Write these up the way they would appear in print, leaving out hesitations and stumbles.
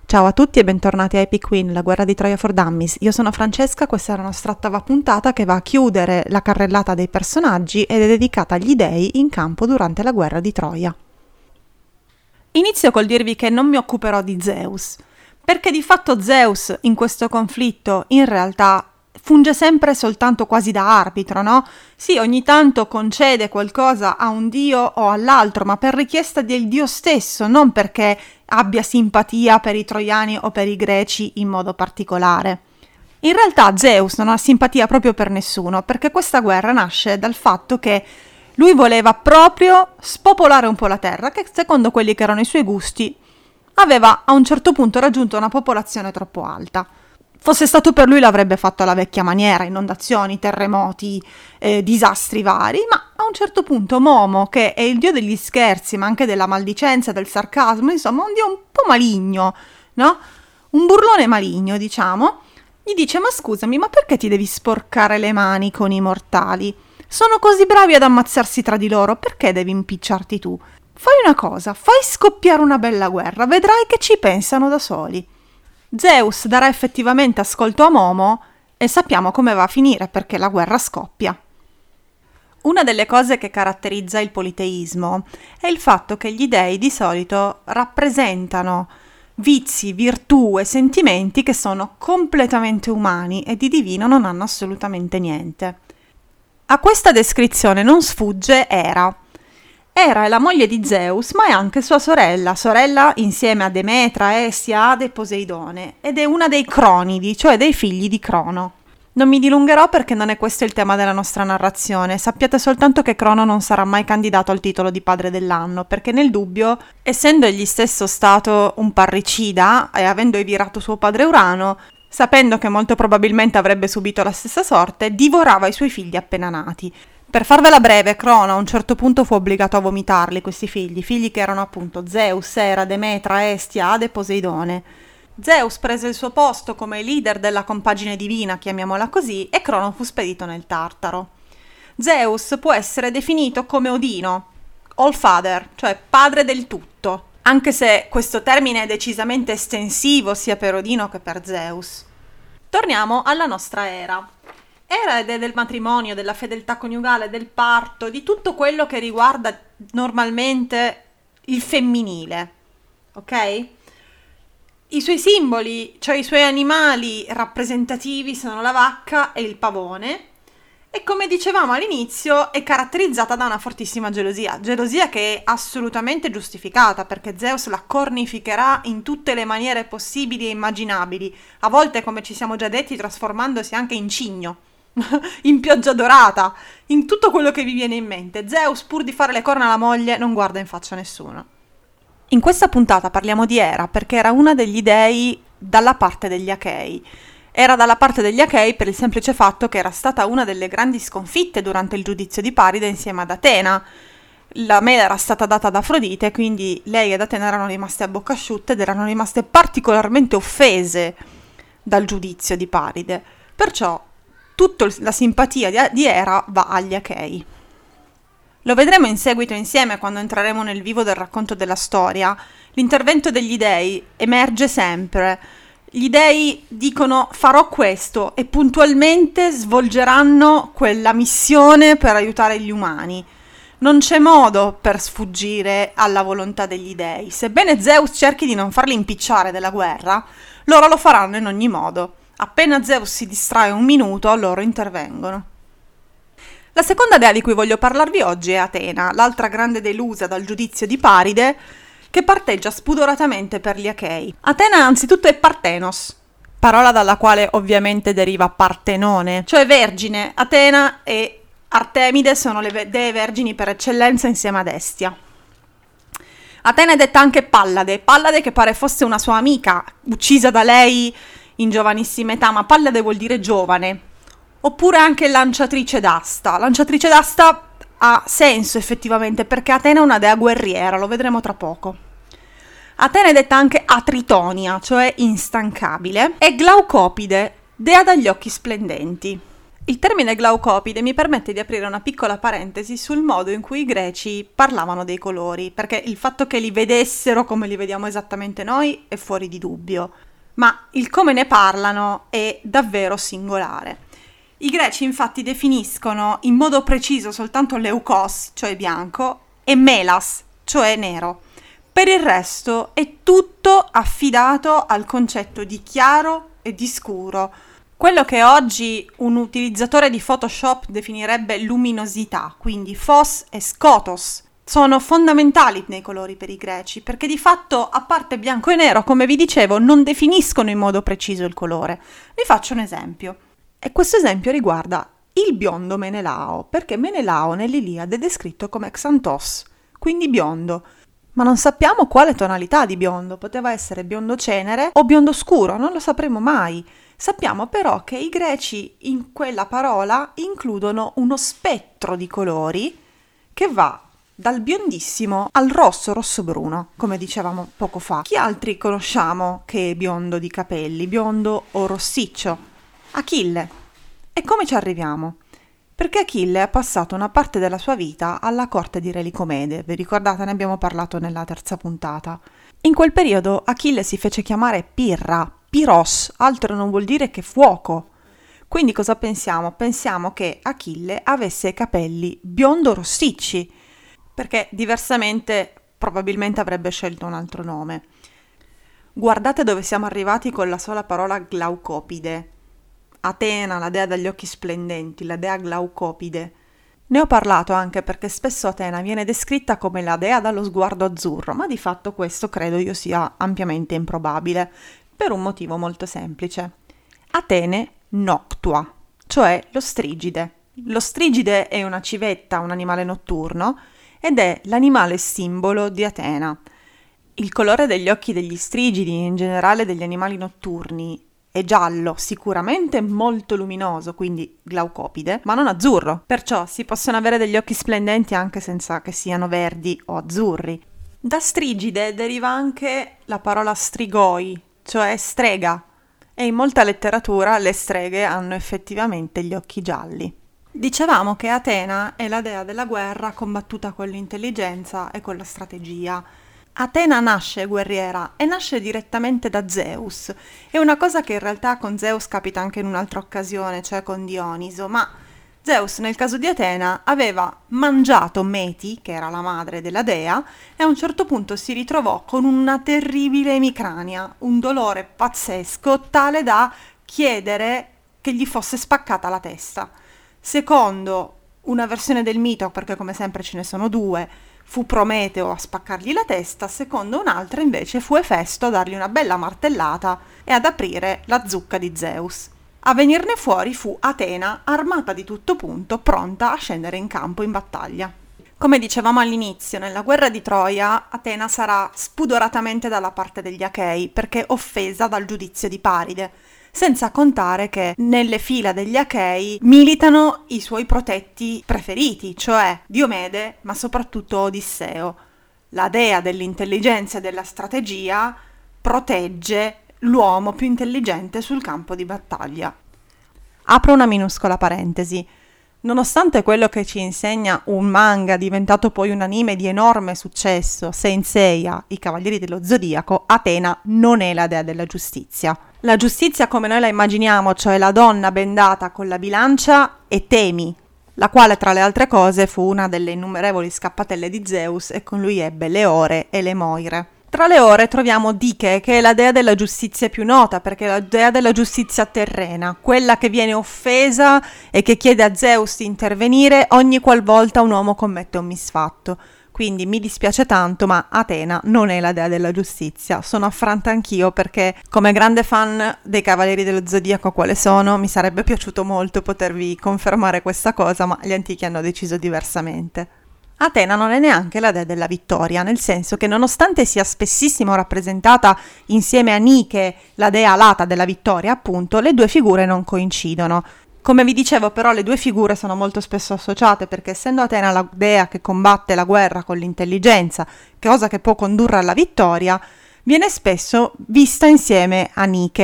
Ciao a tutti e bentornati a Epic Win, la guerra di Troia for Dummies. Io sono Francesca, questa è la nostra ottava puntata che va a chiudere la carrellata dei personaggi ed è dedicata agli dei in campo durante la guerra di Troia. Inizio col dirvi che non mi occuperò di Zeus, perché di fatto Zeus in questo conflitto in realtà funge sempre soltanto quasi da arbitro, no? Sì, ogni tanto concede qualcosa a un dio o all'altro, ma per richiesta del dio stesso, non perché abbia simpatia per i troiani o per i greci in modo particolare. In realtà Zeus non ha simpatia proprio per nessuno, perché questa guerra nasce dal fatto che lui voleva proprio spopolare un po' la terra, che secondo quelli che erano i suoi gusti aveva a un certo punto raggiunto una popolazione troppo alta. Fosse stato per lui l'avrebbe fatto alla vecchia maniera, inondazioni, terremoti, disastri vari, ma a un certo punto Momo, che è il dio degli scherzi, ma anche della maldicenza, del sarcasmo, insomma un dio un po' maligno, no? Un burlone maligno, diciamo, gli dice: ma scusami, ma perché ti devi sporcare le mani con i mortali? Sono così bravi ad ammazzarsi tra di loro, perché devi impicciarti tu? Fai una cosa, fai scoppiare una bella guerra, vedrai che ci pensano da soli. Zeus darà effettivamente ascolto a Momo e sappiamo come va a finire perché la guerra scoppia. Una delle cose che caratterizza il politeismo è il fatto che gli dei di solito rappresentano vizi, virtù e sentimenti che sono completamente umani e di divino non hanno assolutamente niente. A questa descrizione non sfugge Era. Era è la moglie di Zeus, ma è anche sua sorella insieme a Demetra, Estia, Ade e Poseidone, ed è una dei Cronidi, cioè dei figli di Crono. Non mi dilungherò perché non è questo il tema della nostra narrazione, sappiate soltanto che Crono non sarà mai candidato al titolo di padre dell'anno, perché nel dubbio, essendo egli stesso stato un parricida e avendo evirato suo padre Urano, sapendo che molto probabilmente avrebbe subito la stessa sorte, divorava i suoi figli appena nati. Per farvela breve, Crono a un certo punto fu obbligato a vomitarli questi figli che erano appunto Zeus, Era, Demetra, Estia, Ade e Poseidone. Zeus prese il suo posto come leader della compagine divina, chiamiamola così, e Crono fu spedito nel Tartaro. Zeus può essere definito come Odino, All Father, cioè padre del tutto, anche se questo termine è decisamente estensivo sia per Odino che per Zeus. Torniamo alla nostra Era. Era ed è del matrimonio, della fedeltà coniugale, del parto, di tutto quello che riguarda normalmente il femminile, ok? I suoi simboli, cioè i suoi animali rappresentativi sono la vacca e il pavone e come dicevamo all'inizio è caratterizzata da una fortissima gelosia che è assolutamente giustificata perché Zeus la cornificherà in tutte le maniere possibili e immaginabili, a volte come ci siamo già detti trasformandosi anche in cigno. In pioggia dorata, in tutto quello che vi viene in mente. Zeus, pur di fare le corna alla moglie, non guarda in faccia a nessuno. In questa puntata parliamo di Era perché era una degli dei dalla parte degli Achei. Era dalla parte degli Achei per il semplice fatto che era stata una delle grandi sconfitte durante il giudizio di Paride insieme ad Atena. La mela era stata data ad Afrodite, quindi lei ed Atena erano rimaste a bocca asciutta ed erano rimaste particolarmente offese dal giudizio di Paride. Perciò tutta la simpatia di Era va agli Achei. Lo vedremo in seguito insieme quando entreremo nel vivo del racconto della storia. L'intervento degli dei emerge sempre. Gli dei dicono farò questo e puntualmente svolgeranno quella missione per aiutare gli umani. Non c'è modo per sfuggire alla volontà degli dei. Sebbene Zeus cerchi di non farli impicciare della guerra, loro lo faranno in ogni modo. Appena Zeus si distrae un minuto, loro intervengono. La seconda dea di cui voglio parlarvi oggi è Atena, l'altra grande delusa dal giudizio di Paride, che parteggia spudoratamente per gli Achei. Atena anzitutto è Partenos, parola dalla quale ovviamente deriva Partenone, cioè vergine. Atena e Artemide sono le dee vergini per eccellenza insieme ad Estia. Atena è detta anche Pallade che pare fosse una sua amica, uccisa da lei in giovanissima età, ma Pallade vuol dire giovane. Oppure anche lanciatrice d'asta. Lanciatrice d'asta ha senso effettivamente perché Atena è una dea guerriera, lo vedremo tra poco. Atena è detta anche Atritonia, cioè instancabile, e Glaucopide, dea dagli occhi splendenti. Il termine glaucopide mi permette di aprire una piccola parentesi sul modo in cui i greci parlavano dei colori, perché il fatto che li vedessero come li vediamo esattamente noi è fuori di dubbio, ma il come ne parlano è davvero singolare. I greci infatti definiscono in modo preciso soltanto leukos, cioè bianco, e melas, cioè nero. Per il resto è tutto affidato al concetto di chiaro e di scuro. Quello che oggi un utilizzatore di Photoshop definirebbe luminosità, quindi phos e skotos, sono fondamentali nei colori per i greci, perché di fatto, a parte bianco e nero, come vi dicevo, non definiscono in modo preciso il colore. Vi faccio un esempio. E questo esempio riguarda il biondo Menelao, perché Menelao nell'Iliade è descritto come xanthos, quindi biondo. Ma non sappiamo quale tonalità di biondo, poteva essere biondo cenere o biondo scuro, non lo sapremo mai. Sappiamo però che i greci in quella parola includono uno spettro di colori che va dal biondissimo al rosso-bruno, come dicevamo poco fa. Chi altri conosciamo che è biondo di capelli, biondo o rossiccio? Achille. E come ci arriviamo? Perché Achille ha passato una parte della sua vita alla corte di Re Licomede, vi ricordate, ne abbiamo parlato nella terza puntata. In quel periodo Achille si fece chiamare Pirra, Piros, altro non vuol dire che fuoco. Quindi cosa pensiamo? Pensiamo che Achille avesse capelli biondo-rossicci, perché diversamente probabilmente avrebbe scelto un altro nome. Guardate dove siamo arrivati con la sola parola glaucopide. Atena, la dea dagli occhi splendenti, la dea glaucopide. Ne ho parlato anche perché spesso Atena viene descritta come la dea dallo sguardo azzurro, ma di fatto questo credo io sia ampiamente improbabile, per un motivo molto semplice. Atene noctua, cioè lo strigide. Lo strigide è una civetta, un animale notturno, ed è l'animale simbolo di Atena. Il colore degli occhi degli strigidi, in generale degli animali notturni, è giallo, sicuramente molto luminoso, quindi glaucopide, ma non azzurro. Perciò si possono avere degli occhi splendenti anche senza che siano verdi o azzurri. Da strigide deriva anche la parola strigoi, cioè strega, e in molta letteratura le streghe hanno effettivamente gli occhi gialli. Dicevamo che Atena è la dea della guerra combattuta con l'intelligenza e con la strategia. Atena nasce guerriera e nasce direttamente da Zeus. È una cosa che in realtà con Zeus capita anche in un'altra occasione, cioè con Dioniso, ma Zeus nel caso di Atena aveva mangiato Meti, che era la madre della dea, e a un certo punto si ritrovò con una terribile emicrania, un dolore pazzesco, tale da chiedere che gli fosse spaccata la testa. Secondo una versione del mito, perché come sempre ce ne sono due, fu Prometeo a spaccargli la testa, secondo un'altra invece fu Efesto a dargli una bella martellata e ad aprire la zucca di Zeus. A venirne fuori fu Atena, armata di tutto punto, pronta a scendere in campo in battaglia. Come dicevamo all'inizio, nella guerra di Troia, Atena sarà spudoratamente dalla parte degli Achei, perché offesa dal giudizio di Paride, senza contare che nelle fila degli Achei militano i suoi protetti preferiti, cioè Diomede, ma soprattutto Odisseo. La dea dell'intelligenza e della strategia protegge l'uomo più intelligente sul campo di battaglia. Apro una minuscola parentesi. Nonostante quello che ci insegna un manga diventato poi un anime di enorme successo, Saint Seiya, i Cavalieri dello Zodiaco, Atena non è la dea della giustizia. La giustizia come noi la immaginiamo, cioè la donna bendata con la bilancia, è Temi, la quale tra le altre cose fu una delle innumerevoli scappatelle di Zeus e con lui ebbe le ore e le moire. Tra le ore troviamo Dike, che è la dea della giustizia più nota, perché è la dea della giustizia terrena, quella che viene offesa e che chiede a Zeus di intervenire ogni qualvolta un uomo commette un misfatto. Quindi mi dispiace tanto, ma Atena non è la dea della giustizia. Sono affranta anch'io perché, come grande fan dei Cavalieri dello Zodiaco quale sono, mi sarebbe piaciuto molto potervi confermare questa cosa, ma gli antichi hanno deciso diversamente. Atena non è neanche la dea della vittoria, nel senso che nonostante sia spessissimo rappresentata insieme a Nike, la dea alata della vittoria, appunto, le due figure non coincidono. Come vi dicevo, però, le due figure sono molto spesso associate perché, essendo Atena la dea che combatte la guerra con l'intelligenza, cosa che può condurre alla vittoria, viene spesso vista insieme a Nike,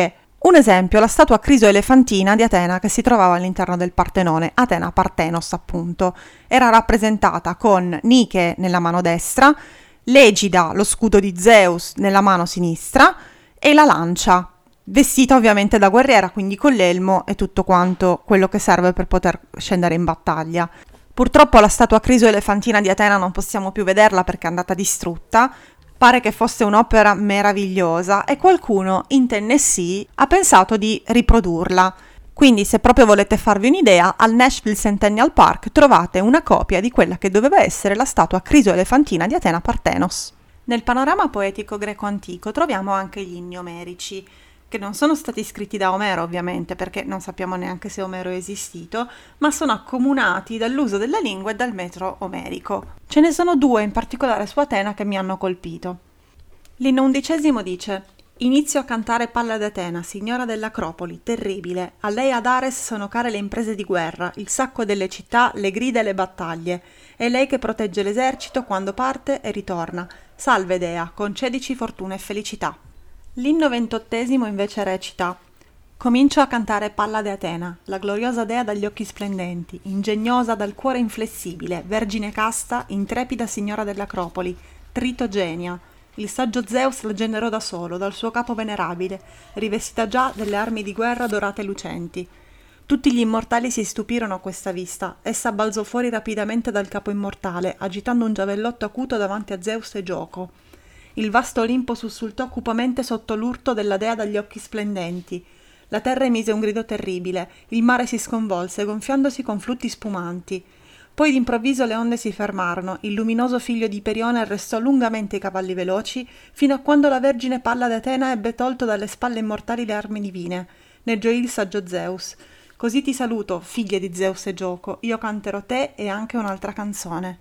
Un esempio, la statua criso-elefantina di Atena che si trovava all'interno del Partenone, Atena Partenos appunto, era rappresentata con Nike nella mano destra, l'egida, lo scudo di Zeus, nella mano sinistra e la lancia, vestita ovviamente da guerriera, quindi con l'elmo e tutto quanto quello che serve per poter scendere in battaglia. Purtroppo la statua criso-elefantina di Atena non possiamo più vederla perché è andata distrutta. Pare che fosse un'opera meravigliosa e qualcuno in Tennessee ha pensato di riprodurla. Quindi se proprio volete farvi un'idea, al Nashville Centennial Park trovate una copia di quella che doveva essere la statua criso-elefantina di Atena Partenos. Nel panorama poetico greco-antico troviamo anche gli inni omerici, che non sono stati scritti da Omero ovviamente, perché non sappiamo neanche se Omero è esistito, ma sono accomunati dall'uso della lingua e dal metro omerico. Ce ne sono due in particolare su Atena che mi hanno colpito. L'inno XI dice: «Inizio a cantare Palla d'Atena, signora dell'Acropoli, terribile. A lei ad Ares sono care le imprese di guerra, il sacco delle città, le grida e le battaglie. È lei che protegge l'esercito quando parte e ritorna. Salve Dea, concedici fortuna e felicità». L'inno XXVIII invece recita: «Comincio a cantare Palla de Atena, la gloriosa dea dagli occhi splendenti, ingegnosa dal cuore inflessibile, vergine casta, intrepida signora dell'Acropoli, tritogenia. Il saggio Zeus la generò da solo, dal suo capo venerabile, rivestita già delle armi di guerra dorate e lucenti. Tutti gli immortali si stupirono a questa vista. Essa balzò fuori rapidamente dal capo immortale, agitando un giavellotto acuto davanti a Zeus e Gioco. Il vasto Olimpo sussultò cupamente sotto l'urto della dea dagli occhi splendenti. La terra emise un grido terribile, il mare si sconvolse, gonfiandosi con flutti spumanti. Poi d'improvviso le onde si fermarono, il luminoso figlio di Perione arrestò lungamente i cavalli veloci, fino a quando la vergine Palla d'Atena ebbe tolto dalle spalle immortali le armi divine. Ne gioì il saggio Zeus. «Così ti saluto, figlia di Zeus e Gioco, io canterò te e anche un'altra canzone».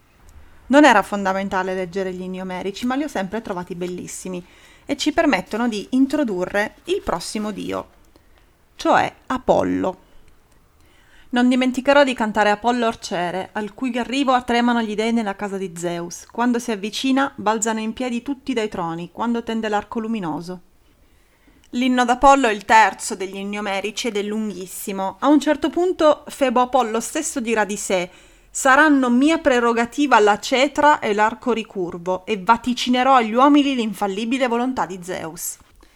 Non era fondamentale leggere gli inni omerici, ma li ho sempre trovati bellissimi e ci permettono di introdurre il prossimo dio, cioè Apollo. Non dimenticherò di cantare Apollo Orcere, al cui arrivo tremano gli dei nella casa di Zeus. Quando si avvicina, balzano in piedi tutti dai troni, quando tende l'arco luminoso. L'inno d'Apollo è il terzo degli inni omerici ed è lunghissimo. A un certo punto Febo Apollo stesso dirà di sé: «Saranno mia prerogativa la cetra e l'arco ricurvo, e vaticinerò agli uomini l'infallibile volontà di Zeus».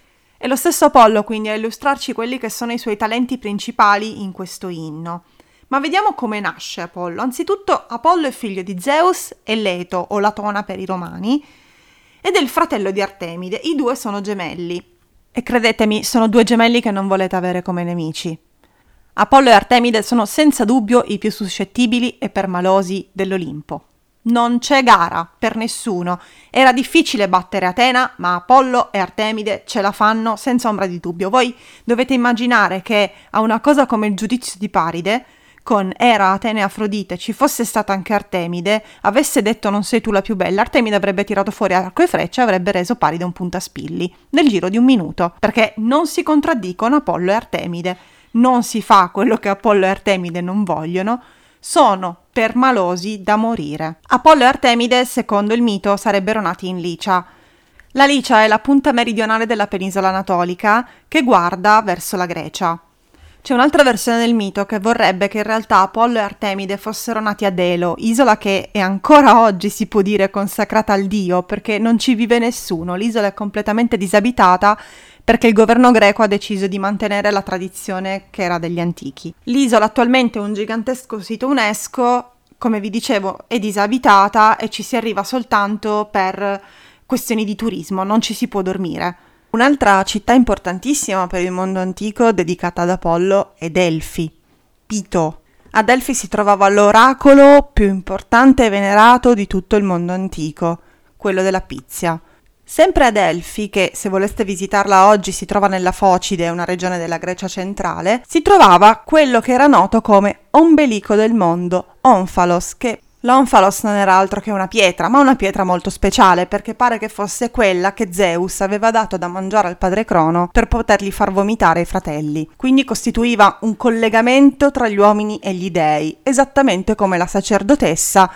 È lo stesso Apollo quindi a illustrarci quelli che sono i suoi talenti principali in questo inno. Ma vediamo come nasce Apollo. Anzitutto Apollo è figlio di Zeus e Leto, o Latona per i romani, ed è il fratello di Artemide. I due sono gemelli. E credetemi, sono due gemelli che non volete avere come nemici. Apollo e Artemide sono senza dubbio i più suscettibili e permalosi dell'Olimpo. Non c'è gara per nessuno. Era difficile battere Atena, ma Apollo e Artemide ce la fanno senza ombra di dubbio. Voi dovete immaginare che a una cosa come il giudizio di Paride, con Era, Atene e Afrodite, ci fosse stata anche Artemide, avesse detto non sei tu la più bella, Artemide avrebbe tirato fuori arco e freccia e avrebbe reso Paride un puntaspilli, nel giro di un minuto, perché non si contraddicono Apollo e Artemide. Non si fa quello che Apollo e Artemide non vogliono, sono permalosi da morire. Apollo e Artemide, secondo il mito, sarebbero nati in Licia. La Licia è la punta meridionale della penisola anatolica che guarda verso la Grecia. C'è un'altra versione del mito che vorrebbe che in realtà Apollo e Artemide fossero nati a Delo, isola che è ancora oggi, si può dire, consacrata al dio, perché non ci vive nessuno, l'isola è completamente disabitata perché il governo greco ha deciso di mantenere la tradizione che era degli antichi. L'isola attualmente è un gigantesco sito UNESCO, come vi dicevo è disabitata e ci si arriva soltanto per questioni di turismo, non ci si può dormire. Un'altra città importantissima per il mondo antico dedicata ad Apollo è Delfi, Pito. A Delfi si trovava l'oracolo più importante e venerato di tutto il mondo antico, quello della Pizia. Sempre a Delfi, che se voleste visitarla oggi si trova nella Focide, una regione della Grecia centrale, si trovava quello che era noto come ombelico del mondo, Omphalos, che l'Omphalos non era altro che una pietra, ma una pietra molto speciale, perché pare che fosse quella che Zeus aveva dato da mangiare al padre Crono per potergli far vomitare i fratelli. Quindi costituiva un collegamento tra gli uomini e gli dei, esattamente come la sacerdotessa,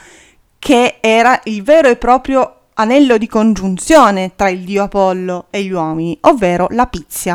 che era il vero e proprio anello di congiunzione tra il dio Apollo e gli uomini, ovvero la Pizia.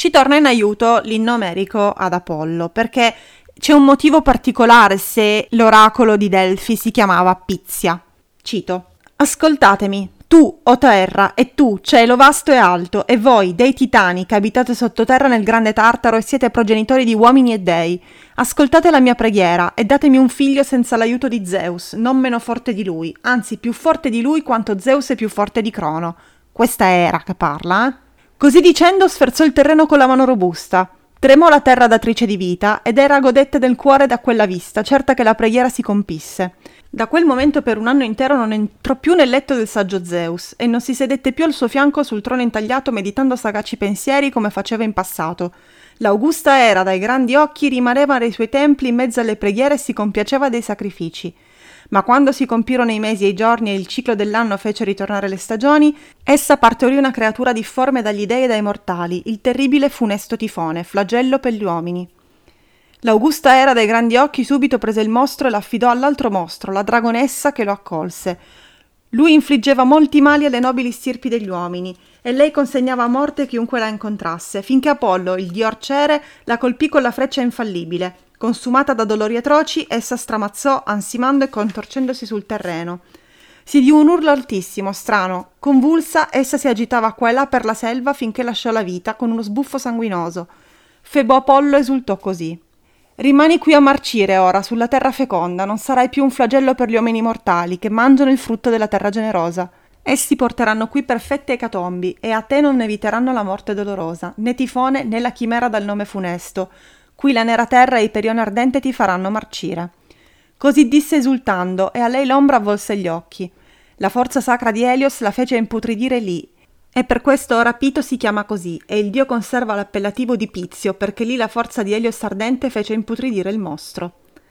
Ci torna in aiuto l'inno omerico ad Apollo, perché c'è un motivo particolare se l'oracolo di Delfi si chiamava Pizia. Cito: «Ascoltatemi, tu, o terra, e tu, cielo vasto e alto, e voi, dei titani, che abitate sottoterra nel grande Tartaro e siete progenitori di uomini e dei. Ascoltate la mia preghiera e datemi un figlio senza l'aiuto di Zeus, non meno forte di lui, anzi più forte di lui quanto Zeus è più forte di Crono». Questa è Era che parla, eh? Così dicendo sferzò il terreno con la mano robusta. Tremò la terra datrice di vita ed Era godette del cuore da quella vista, certa che la preghiera si compisse. Da quel momento per un anno intero non entrò più nel letto del saggio Zeus e non si sedette più al suo fianco sul trono intagliato meditando sagaci pensieri come faceva in passato. L'augusta Era dai grandi occhi rimaneva nei suoi templi in mezzo alle preghiere e si compiaceva dei sacrifici. Ma quando si compirono i mesi e i giorni e il ciclo dell'anno fece ritornare le stagioni, essa partorì una creatura difforme dagli dei e dai mortali, il terribile funesto Tifone, flagello per gli uomini. L'augusta Era dai grandi occhi subito prese il mostro e l'affidò all'altro mostro, la dragonessa, che lo accolse. Lui infliggeva molti mali alle nobili stirpi degli uomini, e lei consegnava a morte chiunque la incontrasse, finché Apollo, il dio arciere, la colpì con la freccia infallibile. Consumata da dolori atroci, essa stramazzò, ansimando e contorcendosi sul terreno. Si diù un urlo altissimo, strano. Convulsa, essa si agitava qua e là per la selva finché lasciò la vita con uno sbuffo sanguinoso. Febo Apollo esultò così: «Rimani qui a marcire ora, sulla terra feconda, non sarai più un flagello per gli uomini mortali, che mangiano il frutto della terra generosa. Essi porteranno qui perfette ecatombi, e a te non eviteranno la morte dolorosa, né Tifone né la chimera dal nome funesto. Qui la nera terra e i perione ardente ti faranno marcire». Così disse esultando, e a lei l'ombra avvolse gli occhi. La forza sacra di Elios la fece imputridire lì, e per questo ora Pito si chiama così, e il dio conserva l'appellativo di Pizio, perché lì la forza di Elios ardente fece imputridire il mostro.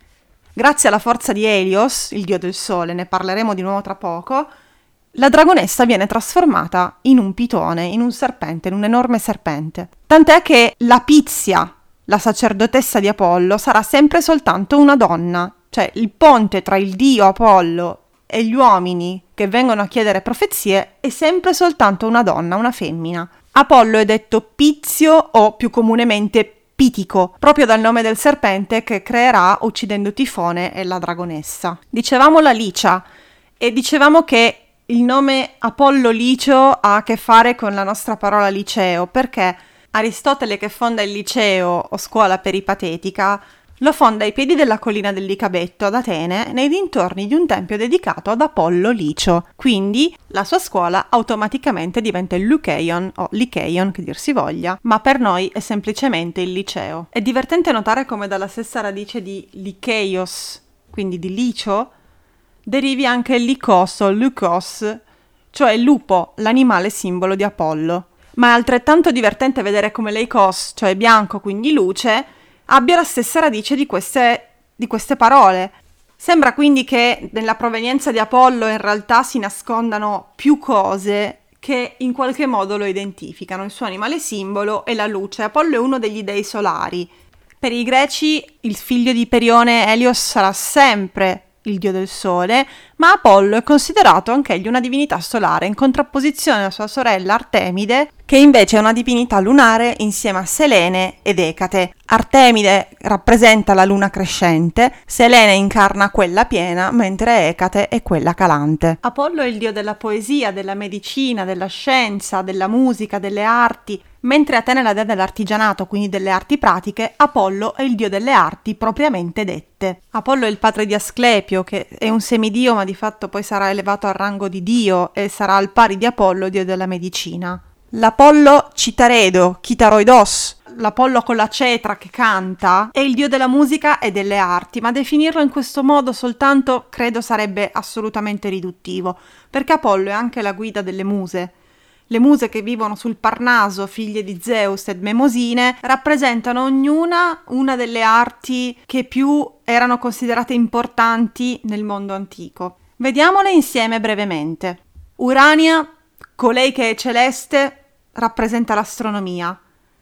Grazie alla forza di Elios, il dio del sole, ne parleremo di nuovo tra poco, la dragonessa viene trasformata in un pitone, in un serpente, in un enorme serpente. Tant'è che la Pizia, la sacerdotessa di Apollo, sarà sempre soltanto una donna, cioè il ponte tra il dio Apollo e gli uomini che vengono a chiedere profezie è sempre soltanto una donna, una femmina. Apollo è detto Pizio o più comunemente Pitico, proprio dal nome del serpente che creerà uccidendo Tifone e la dragonessa. Dicevamo la Licia e dicevamo che il nome Apollo Licio ha a che fare con la nostra parola liceo, perché Aristotele, che fonda il liceo o scuola peripatetica, lo fonda ai piedi della collina del Licabetto ad Atene, nei dintorni di un tempio dedicato ad Apollo Licio. Quindi la sua scuola automaticamente diventa il Lyceion o Lyceion, che dir si voglia, ma per noi è semplicemente il liceo. È divertente notare come dalla stessa radice di Lyceios, quindi di licio, derivi anche Lycos o Lykos, cioè il lupo, l'animale simbolo di Apollo. Ma è altrettanto divertente vedere come Leikos, cioè bianco, quindi luce, abbia la stessa radice di queste parole. Sembra quindi che nella provenienza di Apollo in realtà si nascondano più cose che in qualche modo lo identificano. Il suo animale simbolo è la luce. Apollo è uno degli dei solari. Per i greci il figlio di Perione, Elios, sarà sempre il dio del sole, ma Apollo è considerato anch'egli una divinità solare, in contrapposizione alla sua sorella Artemide, che invece è una divinità lunare insieme a Selene ed Ecate. Artemide rappresenta la luna crescente, Selene incarna quella piena, mentre Ecate è quella calante. Apollo è il dio della poesia, della medicina, della scienza, della musica, delle arti. Mentre Atene è la dea dell'artigianato, quindi delle arti pratiche, Apollo è il dio delle arti propriamente dette. Apollo è il padre di Asclepio, che è un semidio, ma di fatto poi sarà elevato al rango di dio e sarà al pari di Apollo, dio della medicina. L'Apollo Citaredo, Chitaroidos, l'Apollo con la cetra che canta, è il dio della musica e delle arti, ma definirlo in questo modo soltanto credo sarebbe assolutamente riduttivo, perché Apollo è anche la guida delle muse. Le muse che vivono sul Parnaso, figlie di Zeus ed Memosine, rappresentano ognuna una delle arti che più erano considerate importanti nel mondo antico. Vediamole insieme brevemente. Urania, colei che è celeste, rappresenta l'astronomia.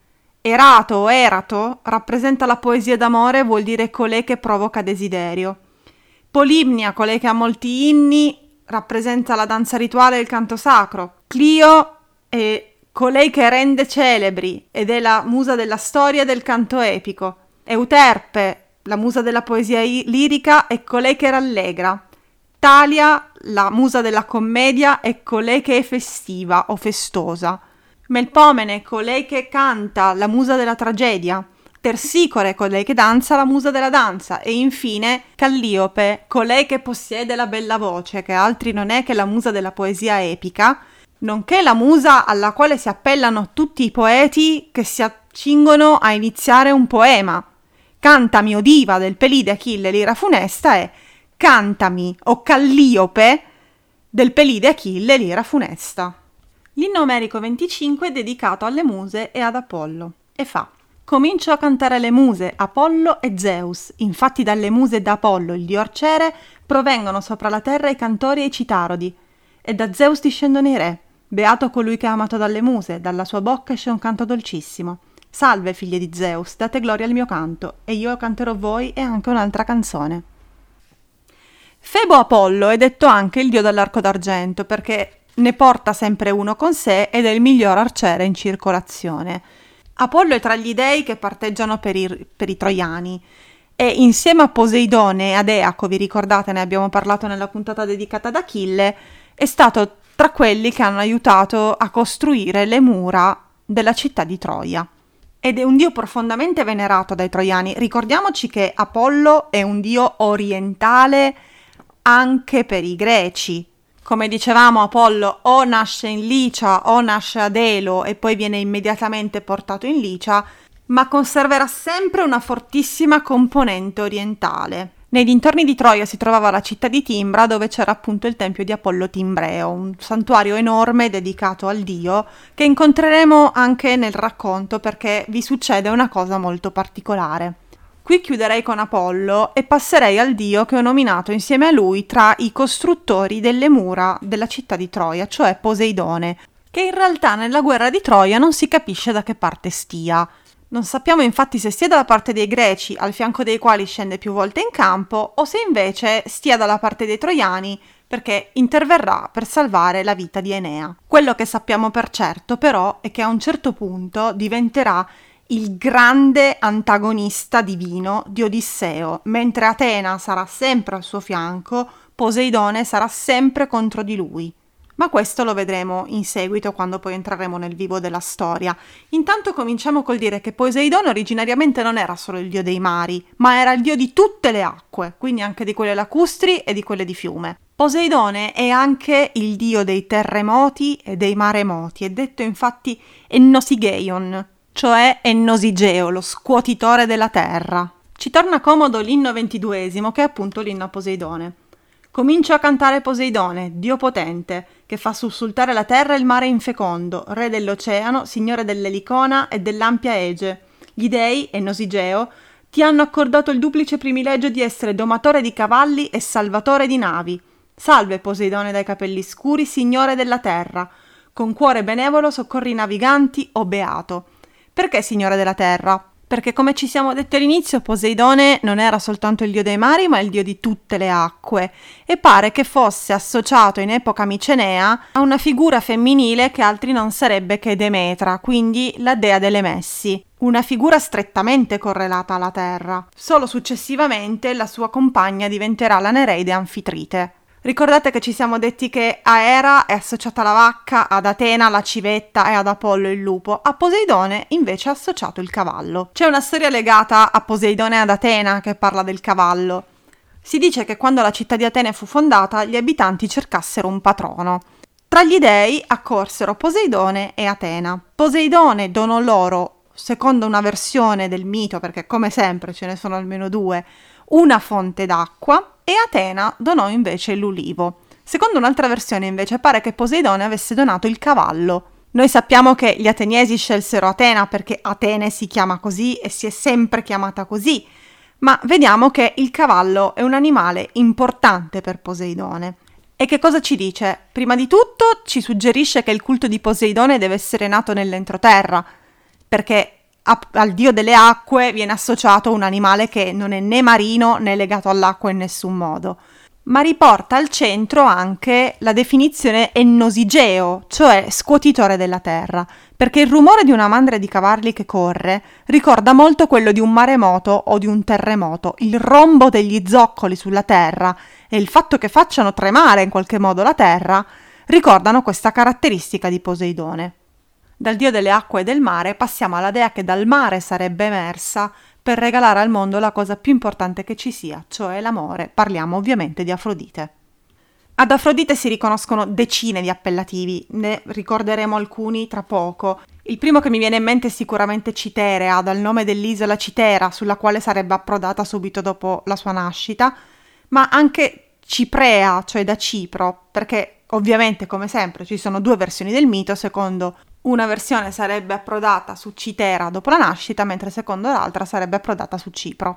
Erato o Erato rappresenta la poesia d'amore, vuol dire colei che provoca desiderio. Polimnia, colei che ha molti inni, rappresenta la danza rituale e il canto sacro. Clio è colei che rende celebri ed è la musa della storia e del canto epico. Euterpe, la musa della poesia lirica, è colei che rallegra. Talia, la musa della commedia, è colei che è festiva o festosa. Melpomene, colei che canta, la musa della tragedia. Tersicore, colei che danza, la musa della danza. E infine Calliope, colei che possiede la bella voce, che altri non è che la musa della poesia epica, nonché la musa alla quale si appellano tutti i poeti che si accingono a iniziare un poema. Cantami, o diva del Pelide Achille Lira funesta è Cantami, o Calliope del Pelide Achille Lira funesta. L'inno omerico 25 è dedicato alle muse e ad Apollo e fa: comincio a cantare le muse, Apollo e Zeus. Infatti dalle muse e da Apollo, il dio arciere, provengono sopra la terra i cantori e i citarodi, e da Zeus discendono i re. Beato colui che è amato dalle muse, dalla sua bocca esce un canto dolcissimo. Salve, figlie di Zeus, date gloria al mio canto, e io canterò voi e anche un'altra canzone. Febo Apollo è detto anche il dio dell'arco d'argento, perché ne porta sempre uno con sé ed è il miglior arciere in circolazione. Apollo è tra gli dei che parteggiano per i troiani, e insieme a Poseidone e ad Eaco, vi ricordate, ne abbiamo parlato nella puntata dedicata ad Achille, è stato tra quelli che hanno aiutato a costruire le mura della città di Troia. Ed è un dio profondamente venerato dai troiani. Ricordiamoci che Apollo è un dio orientale anche per i greci. Come dicevamo, Apollo o nasce in Licia o nasce ad Elo e poi viene immediatamente portato in Licia, ma conserverà sempre una fortissima componente orientale. Nei dintorni di Troia si trovava la città di Timbra, dove c'era appunto il tempio di Apollo Timbreo, un santuario enorme dedicato al dio, che incontreremo anche nel racconto perché vi succede una cosa molto particolare. Qui chiuderei con Apollo e passerei al dio che ho nominato insieme a lui tra i costruttori delle mura della città di Troia, cioè Poseidone, che in realtà nella guerra di Troia non si capisce da che parte stia. Non sappiamo infatti se stia dalla parte dei greci, al fianco dei quali scende più volte in campo, o se invece stia dalla parte dei troiani, perché interverrà per salvare la vita di Enea. Quello che sappiamo per certo, però, è che a un certo punto diventerà il grande antagonista divino di Odisseo. Mentre Atena sarà sempre al suo fianco, Poseidone sarà sempre contro di lui. Ma questo lo vedremo in seguito quando poi entreremo nel vivo della storia. Intanto cominciamo col dire che Poseidone originariamente non era solo il dio dei mari, ma era il dio di tutte le acque, quindi anche di quelle lacustri e di quelle di fiume. Poseidone è anche il dio dei terremoti e dei maremoti, è detto infatti Ennosigeion, cioè Ennosigeo, lo scuotitore della terra. Ci torna comodo l'inno 22esimo, che è appunto l'inno a Poseidone. Comincio a cantare Poseidone, dio potente, che fa sussultare la terra e il mare infecondo, re dell'oceano, signore dell'Elicona e dell'ampia Ege. Gli dei, Ennosigeo, ti hanno accordato il duplice privilegio di essere domatore di cavalli e salvatore di navi. Salve Poseidone dai capelli scuri, signore della terra. Con cuore benevolo soccorri i naviganti, o beato. Perché signore della terra? Perché, come ci siamo detti all'inizio, Poseidone non era soltanto il dio dei mari, ma il dio di tutte le acque, e pare che fosse associato in epoca micenea a una figura femminile che altri non sarebbe che Demetra, quindi la dea delle messi, una figura strettamente correlata alla terra. Solo successivamente la sua compagna diventerà la Nereide Anfitrite. Ricordate che ci siamo detti che a Era è associata alla vacca, ad Atena la civetta e ad Apollo il lupo. A Poseidone invece è associato il cavallo. C'è una storia legata a Poseidone e ad Atena che parla del cavallo. Si dice che quando la città di Atene fu fondata, gli abitanti cercassero un patrono. Tra gli dei accorsero Poseidone e Atena. Poseidone donò loro, secondo una versione del mito, perché come sempre ce ne sono almeno due, una fonte d'acqua, e Atena donò invece l'ulivo. Secondo un'altra versione invece pare che Poseidone avesse donato il cavallo. Noi sappiamo che gli ateniesi scelsero Atena perché Atene si chiama così e si è sempre chiamata così, ma vediamo che il cavallo è un animale importante per Poseidone. E che cosa ci dice? Prima di tutto ci suggerisce che il culto di Poseidone deve essere nato nell'entroterra, perché al dio delle acque viene associato un animale che non è né marino né legato all'acqua in nessun modo. ma riporta al centro anche la definizione ennosigeo, cioè scuotitore della terra, perché il rumore di una mandria di cavalli che corre ricorda molto quello di un maremoto o di un terremoto. Il rombo degli zoccoli sulla terra e il fatto che facciano tremare in qualche modo la terra ricordano questa caratteristica di Poseidone. Dal dio delle acque e del mare passiamo alla dea che dal mare sarebbe emersa per regalare al mondo la cosa più importante che ci sia, cioè l'amore. Parliamo ovviamente di Afrodite. Ad Afrodite si riconoscono decine di appellativi, ne ricorderemo alcuni tra poco. Il primo che mi viene in mente è sicuramente Citerea, dal nome dell'isola Citera, sulla quale sarebbe approdata subito dopo la sua nascita, ma anche Ciprea, cioè da Cipro, perché ovviamente, come sempre, ci sono due versioni del mito. Secondo una versione sarebbe approdata su Citera dopo la nascita, mentre secondo l'altra sarebbe approdata su Cipro.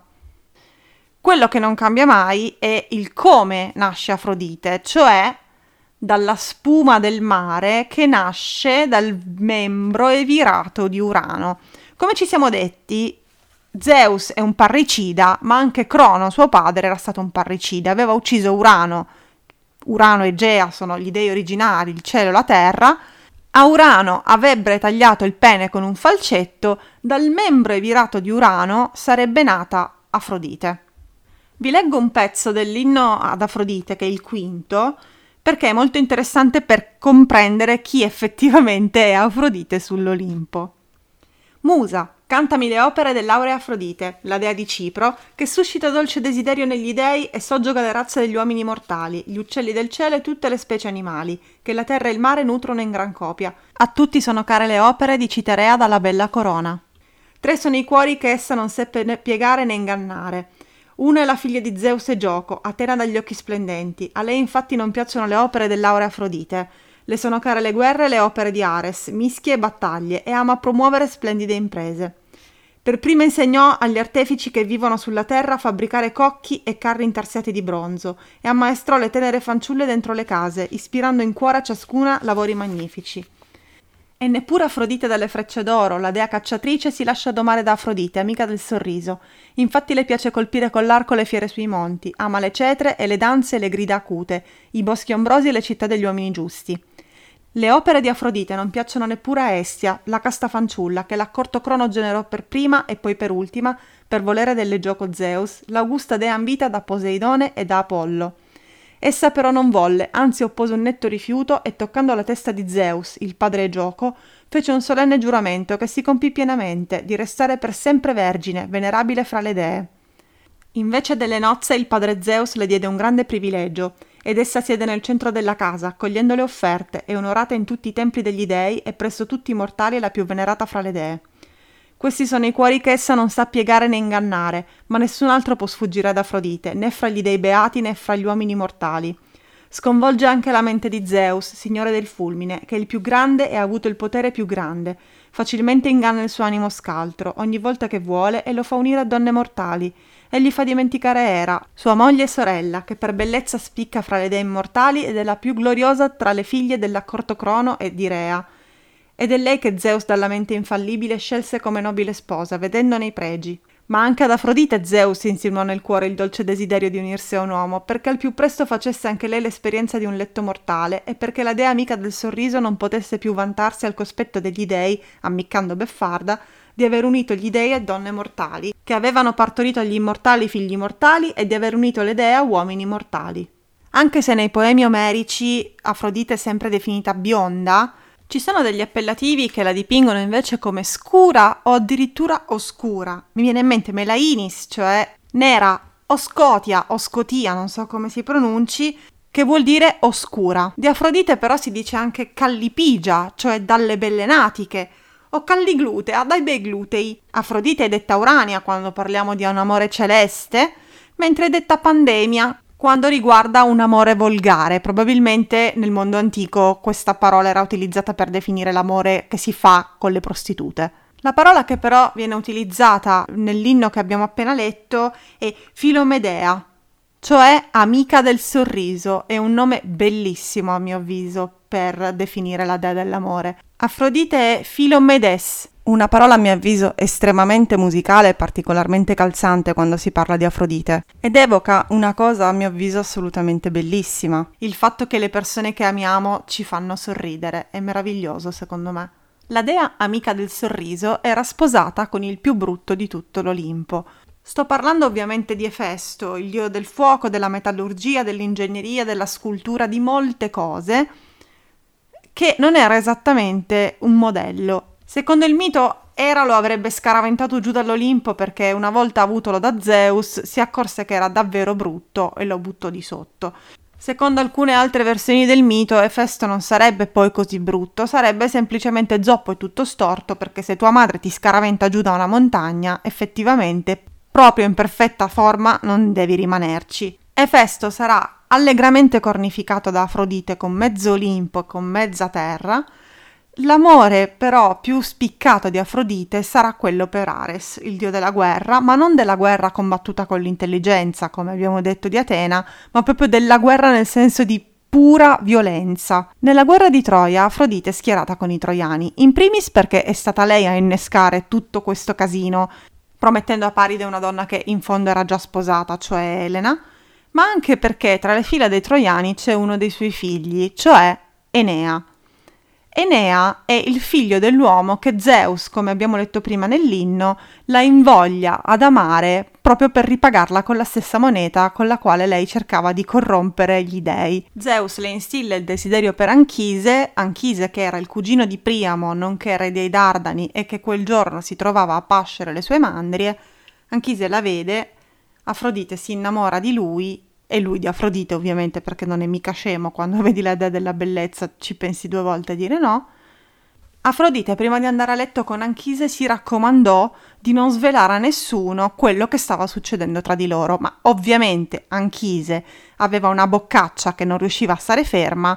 Quello che non cambia mai è il come nasce Afrodite, cioè dalla spuma del mare che nasce dal membro evirato di Urano. Come ci siamo detti, Zeus è un parricida, ma anche Crono, suo padre, era stato un parricida, aveva ucciso Urano. Urano e Gea sono gli dei originari, il cielo e la terra. A Urano avrebbe tagliato il pene con un falcetto, dal membro evirato di Urano sarebbe nata Afrodite. Vi leggo un pezzo dell'inno ad Afrodite, che è il quinto, perché è molto interessante per comprendere chi effettivamente è Afrodite sull'Olimpo. Musa, cantami le opere dell'aurea Afrodite, la dea di Cipro, che suscita dolce desiderio negli dei e soggioga le razze degli uomini mortali, gli uccelli del cielo e tutte le specie animali, che la terra e il mare nutrono in gran copia. A tutti sono care le opere di Citerea dalla bella corona. 3 sono i cuori che essa non seppe né piegare né ingannare. Una è la figlia di Zeus e Gioco, Atena dagli occhi splendenti. A lei infatti non piacciono le opere dell'aurea Afrodite. Le sono care le guerre e le opere di Ares, mischie e battaglie, e ama promuovere splendide imprese. Per prima insegnò agli artefici che vivono sulla terra a fabbricare cocchi e carri intarsiati di bronzo, e ammaestrò le tenere fanciulle dentro le case, ispirando in cuore a ciascuna lavori magnifici. E neppure Afrodite dalle frecce d'oro, la dea cacciatrice, si lascia domare da Afrodite, amica del sorriso. Infatti le piace colpire con l'arco le fiere sui monti, ama le cetre e le danze e le grida acute, i boschi ombrosi e le città degli uomini giusti. Le opere di Afrodite non piacciono neppure a Estia, la casta fanciulla, che l'accorto Crono generò per prima e poi per ultima, per volere del gioco Zeus, l'augusta dea ambita da Poseidone e da Apollo. Essa però non volle, anzi oppose un netto rifiuto e toccando la testa di Zeus, il padre Gioco, fece un solenne giuramento che si compì pienamente, di restare per sempre vergine, venerabile fra le dee. Invece delle nozze il padre Zeus le diede un grande privilegio, ed essa siede nel centro della casa, accogliendo le offerte, e onorata in tutti i templi degli dei e presso tutti i mortali la più venerata fra le dee. Questi sono i cuori che essa non sa piegare né ingannare, ma nessun altro può sfuggire ad Afrodite, né fra gli dei beati né fra gli uomini mortali. Sconvolge anche la mente di Zeus, signore del fulmine, che è il più grande e ha avuto il potere più grande. Facilmente inganna il suo animo scaltro, ogni volta che vuole, e lo fa unire a donne mortali. E gli fa dimenticare Era, sua moglie e sorella, che per bellezza spicca fra le dee immortali ed è la più gloriosa tra le figlie dell'accorto Crono e di Rea. Ed è lei che Zeus dalla mente infallibile scelse come nobile sposa, vedendone i pregi. Ma anche ad Afrodite Zeus insinuò nel cuore il dolce desiderio di unirsi a un uomo, perché al più presto facesse anche lei l'esperienza di un letto mortale, e perché la dea amica del sorriso non potesse più vantarsi al cospetto degli dei, ammiccando beffarda, di aver unito gli dei a donne mortali, che avevano partorito agli immortali figli mortali, e di aver unito le dee a uomini mortali. Anche se nei poemi omerici Afrodite è sempre definita bionda, ci sono degli appellativi che la dipingono invece come scura o addirittura oscura. Mi viene in mente Melainis, cioè nera, o Scotia, o Scotia, non so come si pronunci, che vuol dire oscura. Di Afrodite però si dice anche Callipigia, cioè dalle belle natiche, o Calliglutea, dai bei glutei. Afrodite è detta Urania quando parliamo di un amore celeste, mentre è detta Pandemia quando riguarda un amore volgare. Probabilmente nel mondo antico questa parola era utilizzata per definire l'amore che si fa con le prostitute. La parola che però viene utilizzata nell'inno che abbiamo appena letto è Filomedea, cioè amica del sorriso. È un nome bellissimo a mio avviso per definire la dea dell'amore. Afrodite è Filomedes, Una parola a mio avviso estremamente musicale e particolarmente calzante quando si parla di Afrodite, ed evoca una cosa a mio avviso assolutamente bellissima. Il fatto che le persone che amiamo ci fanno sorridere è meraviglioso secondo me. La dea amica del sorriso era sposata con il più brutto di tutto l'Olimpo. Sto parlando ovviamente di Efesto, il dio del fuoco, della metallurgia, dell'ingegneria, della scultura, di molte cose, che non era esattamente un modello. Secondo il mito, Era lo avrebbe scaraventato giù dall'Olimpo perché una volta avutolo da Zeus si accorse che era davvero brutto e lo buttò di sotto. Secondo alcune altre versioni del mito, Efesto non sarebbe poi così brutto, sarebbe semplicemente zoppo e tutto storto, perché se tua madre ti scaraventa giù da una montagna, effettivamente, proprio in perfetta forma, non devi rimanerci. Efesto sarà allegramente cornificato da Afrodite con mezzo Olimpo e con mezza terra. L'amore però più spiccato di Afrodite sarà quello per Ares, il dio della guerra, ma non della guerra combattuta con l'intelligenza, come abbiamo detto di Atena, ma proprio della guerra nel senso di pura violenza. Nella guerra di Troia Afrodite è schierata con i troiani, in primis perché è stata lei a innescare tutto questo casino, promettendo a Paride una donna che in fondo era già sposata, cioè Elena, ma anche perché tra le fila dei troiani c'è uno dei suoi figli, cioè Enea. Enea è il figlio dell'uomo che Zeus, come abbiamo letto prima nell'inno, la invoglia ad amare proprio per ripagarla con la stessa moneta con la quale lei cercava di corrompere gli dei. Zeus le instilla il desiderio per Anchise che era il cugino di Priamo, nonché re dei Dardani e che quel giorno si trovava a pascere le sue mandrie. Anchise la vede, Afrodite si innamora di lui e lui di Afrodite ovviamente, perché non è mica scemo, quando vedi la dea della bellezza ci pensi due volte a dire no. Afrodite prima di andare a letto con Anchise si raccomandò di non svelare a nessuno quello che stava succedendo tra di loro, ma ovviamente Anchise aveva una boccaccia che non riusciva a stare ferma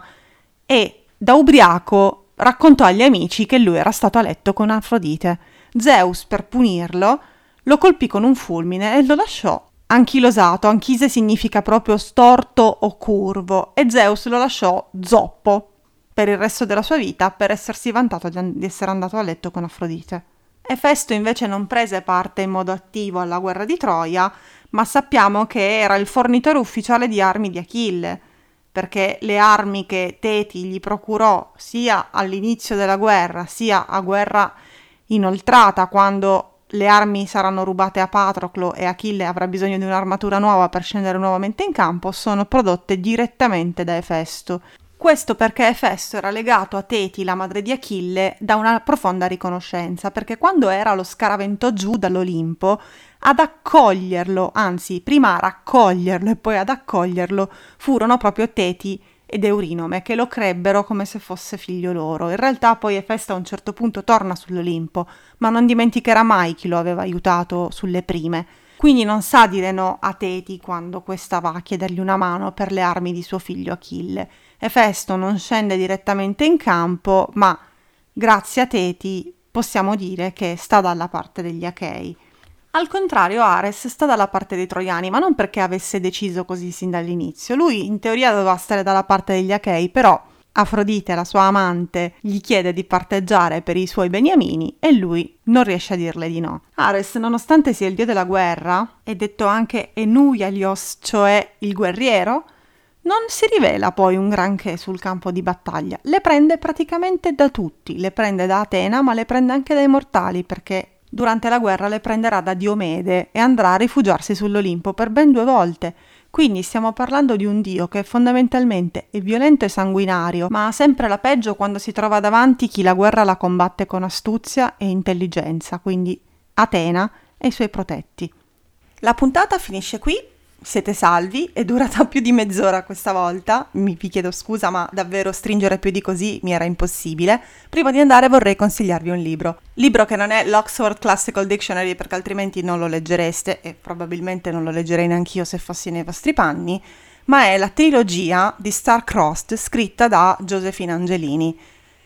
e da ubriaco raccontò agli amici che lui era stato a letto con Afrodite. Zeus, per punirlo, lo colpì con un fulmine e lo lasciò anchilosato. Anchise significa proprio storto o curvo, e Zeus lo lasciò zoppo per il resto della sua vita per essersi vantato di essere andato a letto con Afrodite. Efesto invece non prese parte in modo attivo alla guerra di Troia, ma sappiamo che era il fornitore ufficiale di armi di Achille, perché le armi che Teti gli procurò sia all'inizio della guerra sia a guerra inoltrata, quando le armi saranno rubate a Patroclo e Achille avrà bisogno di un'armatura nuova per scendere nuovamente in campo, sono prodotte direttamente da Efesto. Questo perché Efesto era legato a Teti, la madre di Achille, da una profonda riconoscenza, perché quando era lo scaraventò giù dall'Olimpo, ad accoglierlo, anzi prima a raccoglierlo e poi ad accoglierlo, furono proprio Teti ed Eurinome, che lo crebbero come se fosse figlio loro. In realtà poi Efesto a un certo punto torna sull'Olimpo, ma non dimenticherà mai chi lo aveva aiutato sulle prime. Quindi non sa dire no a Teti quando questa va a chiedergli una mano per le armi di suo figlio Achille. Efesto non scende direttamente in campo, ma grazie a Teti possiamo dire che sta dalla parte degli Achei. Al contrario, Ares sta dalla parte dei troiani, ma non perché avesse deciso così sin dall'inizio. Lui in teoria doveva stare dalla parte degli Achei, però Afrodite, la sua amante, gli chiede di parteggiare per i suoi beniamini e lui non riesce a dirle di no. Ares, nonostante sia il dio della guerra, è detto anche Enouialios, cioè il guerriero, non si rivela poi un granché sul campo di battaglia. Le prende praticamente da tutti, le prende da Atena, ma le prende anche dai mortali, perché durante la guerra le prenderà da Diomede e andrà a rifugiarsi sull'Olimpo per ben 2 volte. Quindi stiamo parlando di un dio che fondamentalmente è violento e sanguinario, ma ha sempre la peggio quando si trova davanti chi la guerra la combatte con astuzia e intelligenza, quindi Atena e i suoi protetti. La puntata finisce qui. Siete salvi, è durata più di mezz'ora questa volta, vi chiedo scusa ma davvero stringere più di così mi era impossibile. Prima di andare vorrei consigliarvi un libro che non è l'Oxford Classical Dictionary perché altrimenti non lo leggereste e probabilmente non lo leggerei neanch'io se fossi nei vostri panni, ma è la trilogia di Star-Crossed scritta da Josephine Angelini.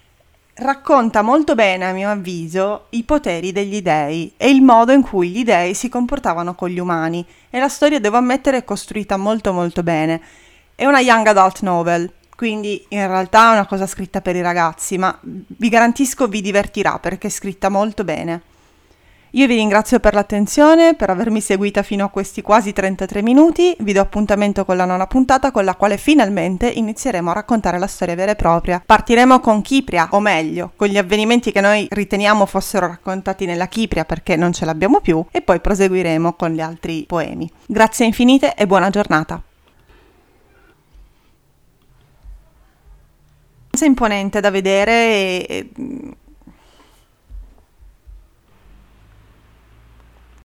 Racconta molto bene, a mio avviso, i poteri degli dei e il modo in cui gli dei si comportavano con gli umani, e la storia, devo ammettere, è costruita molto molto bene. È una young adult novel, quindi in realtà è una cosa scritta per i ragazzi, ma vi garantisco vi divertirà perché è scritta molto bene. Io vi ringrazio per l'attenzione, per avermi seguita fino a questi quasi 33 minuti, vi do appuntamento con la 9ª puntata con la quale finalmente inizieremo a raccontare la storia vera e propria. Partiremo con Chipria, o meglio, con gli avvenimenti che noi riteniamo fossero raccontati nella Chipria perché non ce l'abbiamo più, e poi proseguiremo con gli altri poemi. Grazie infinite e buona giornata. Imponente da vedere e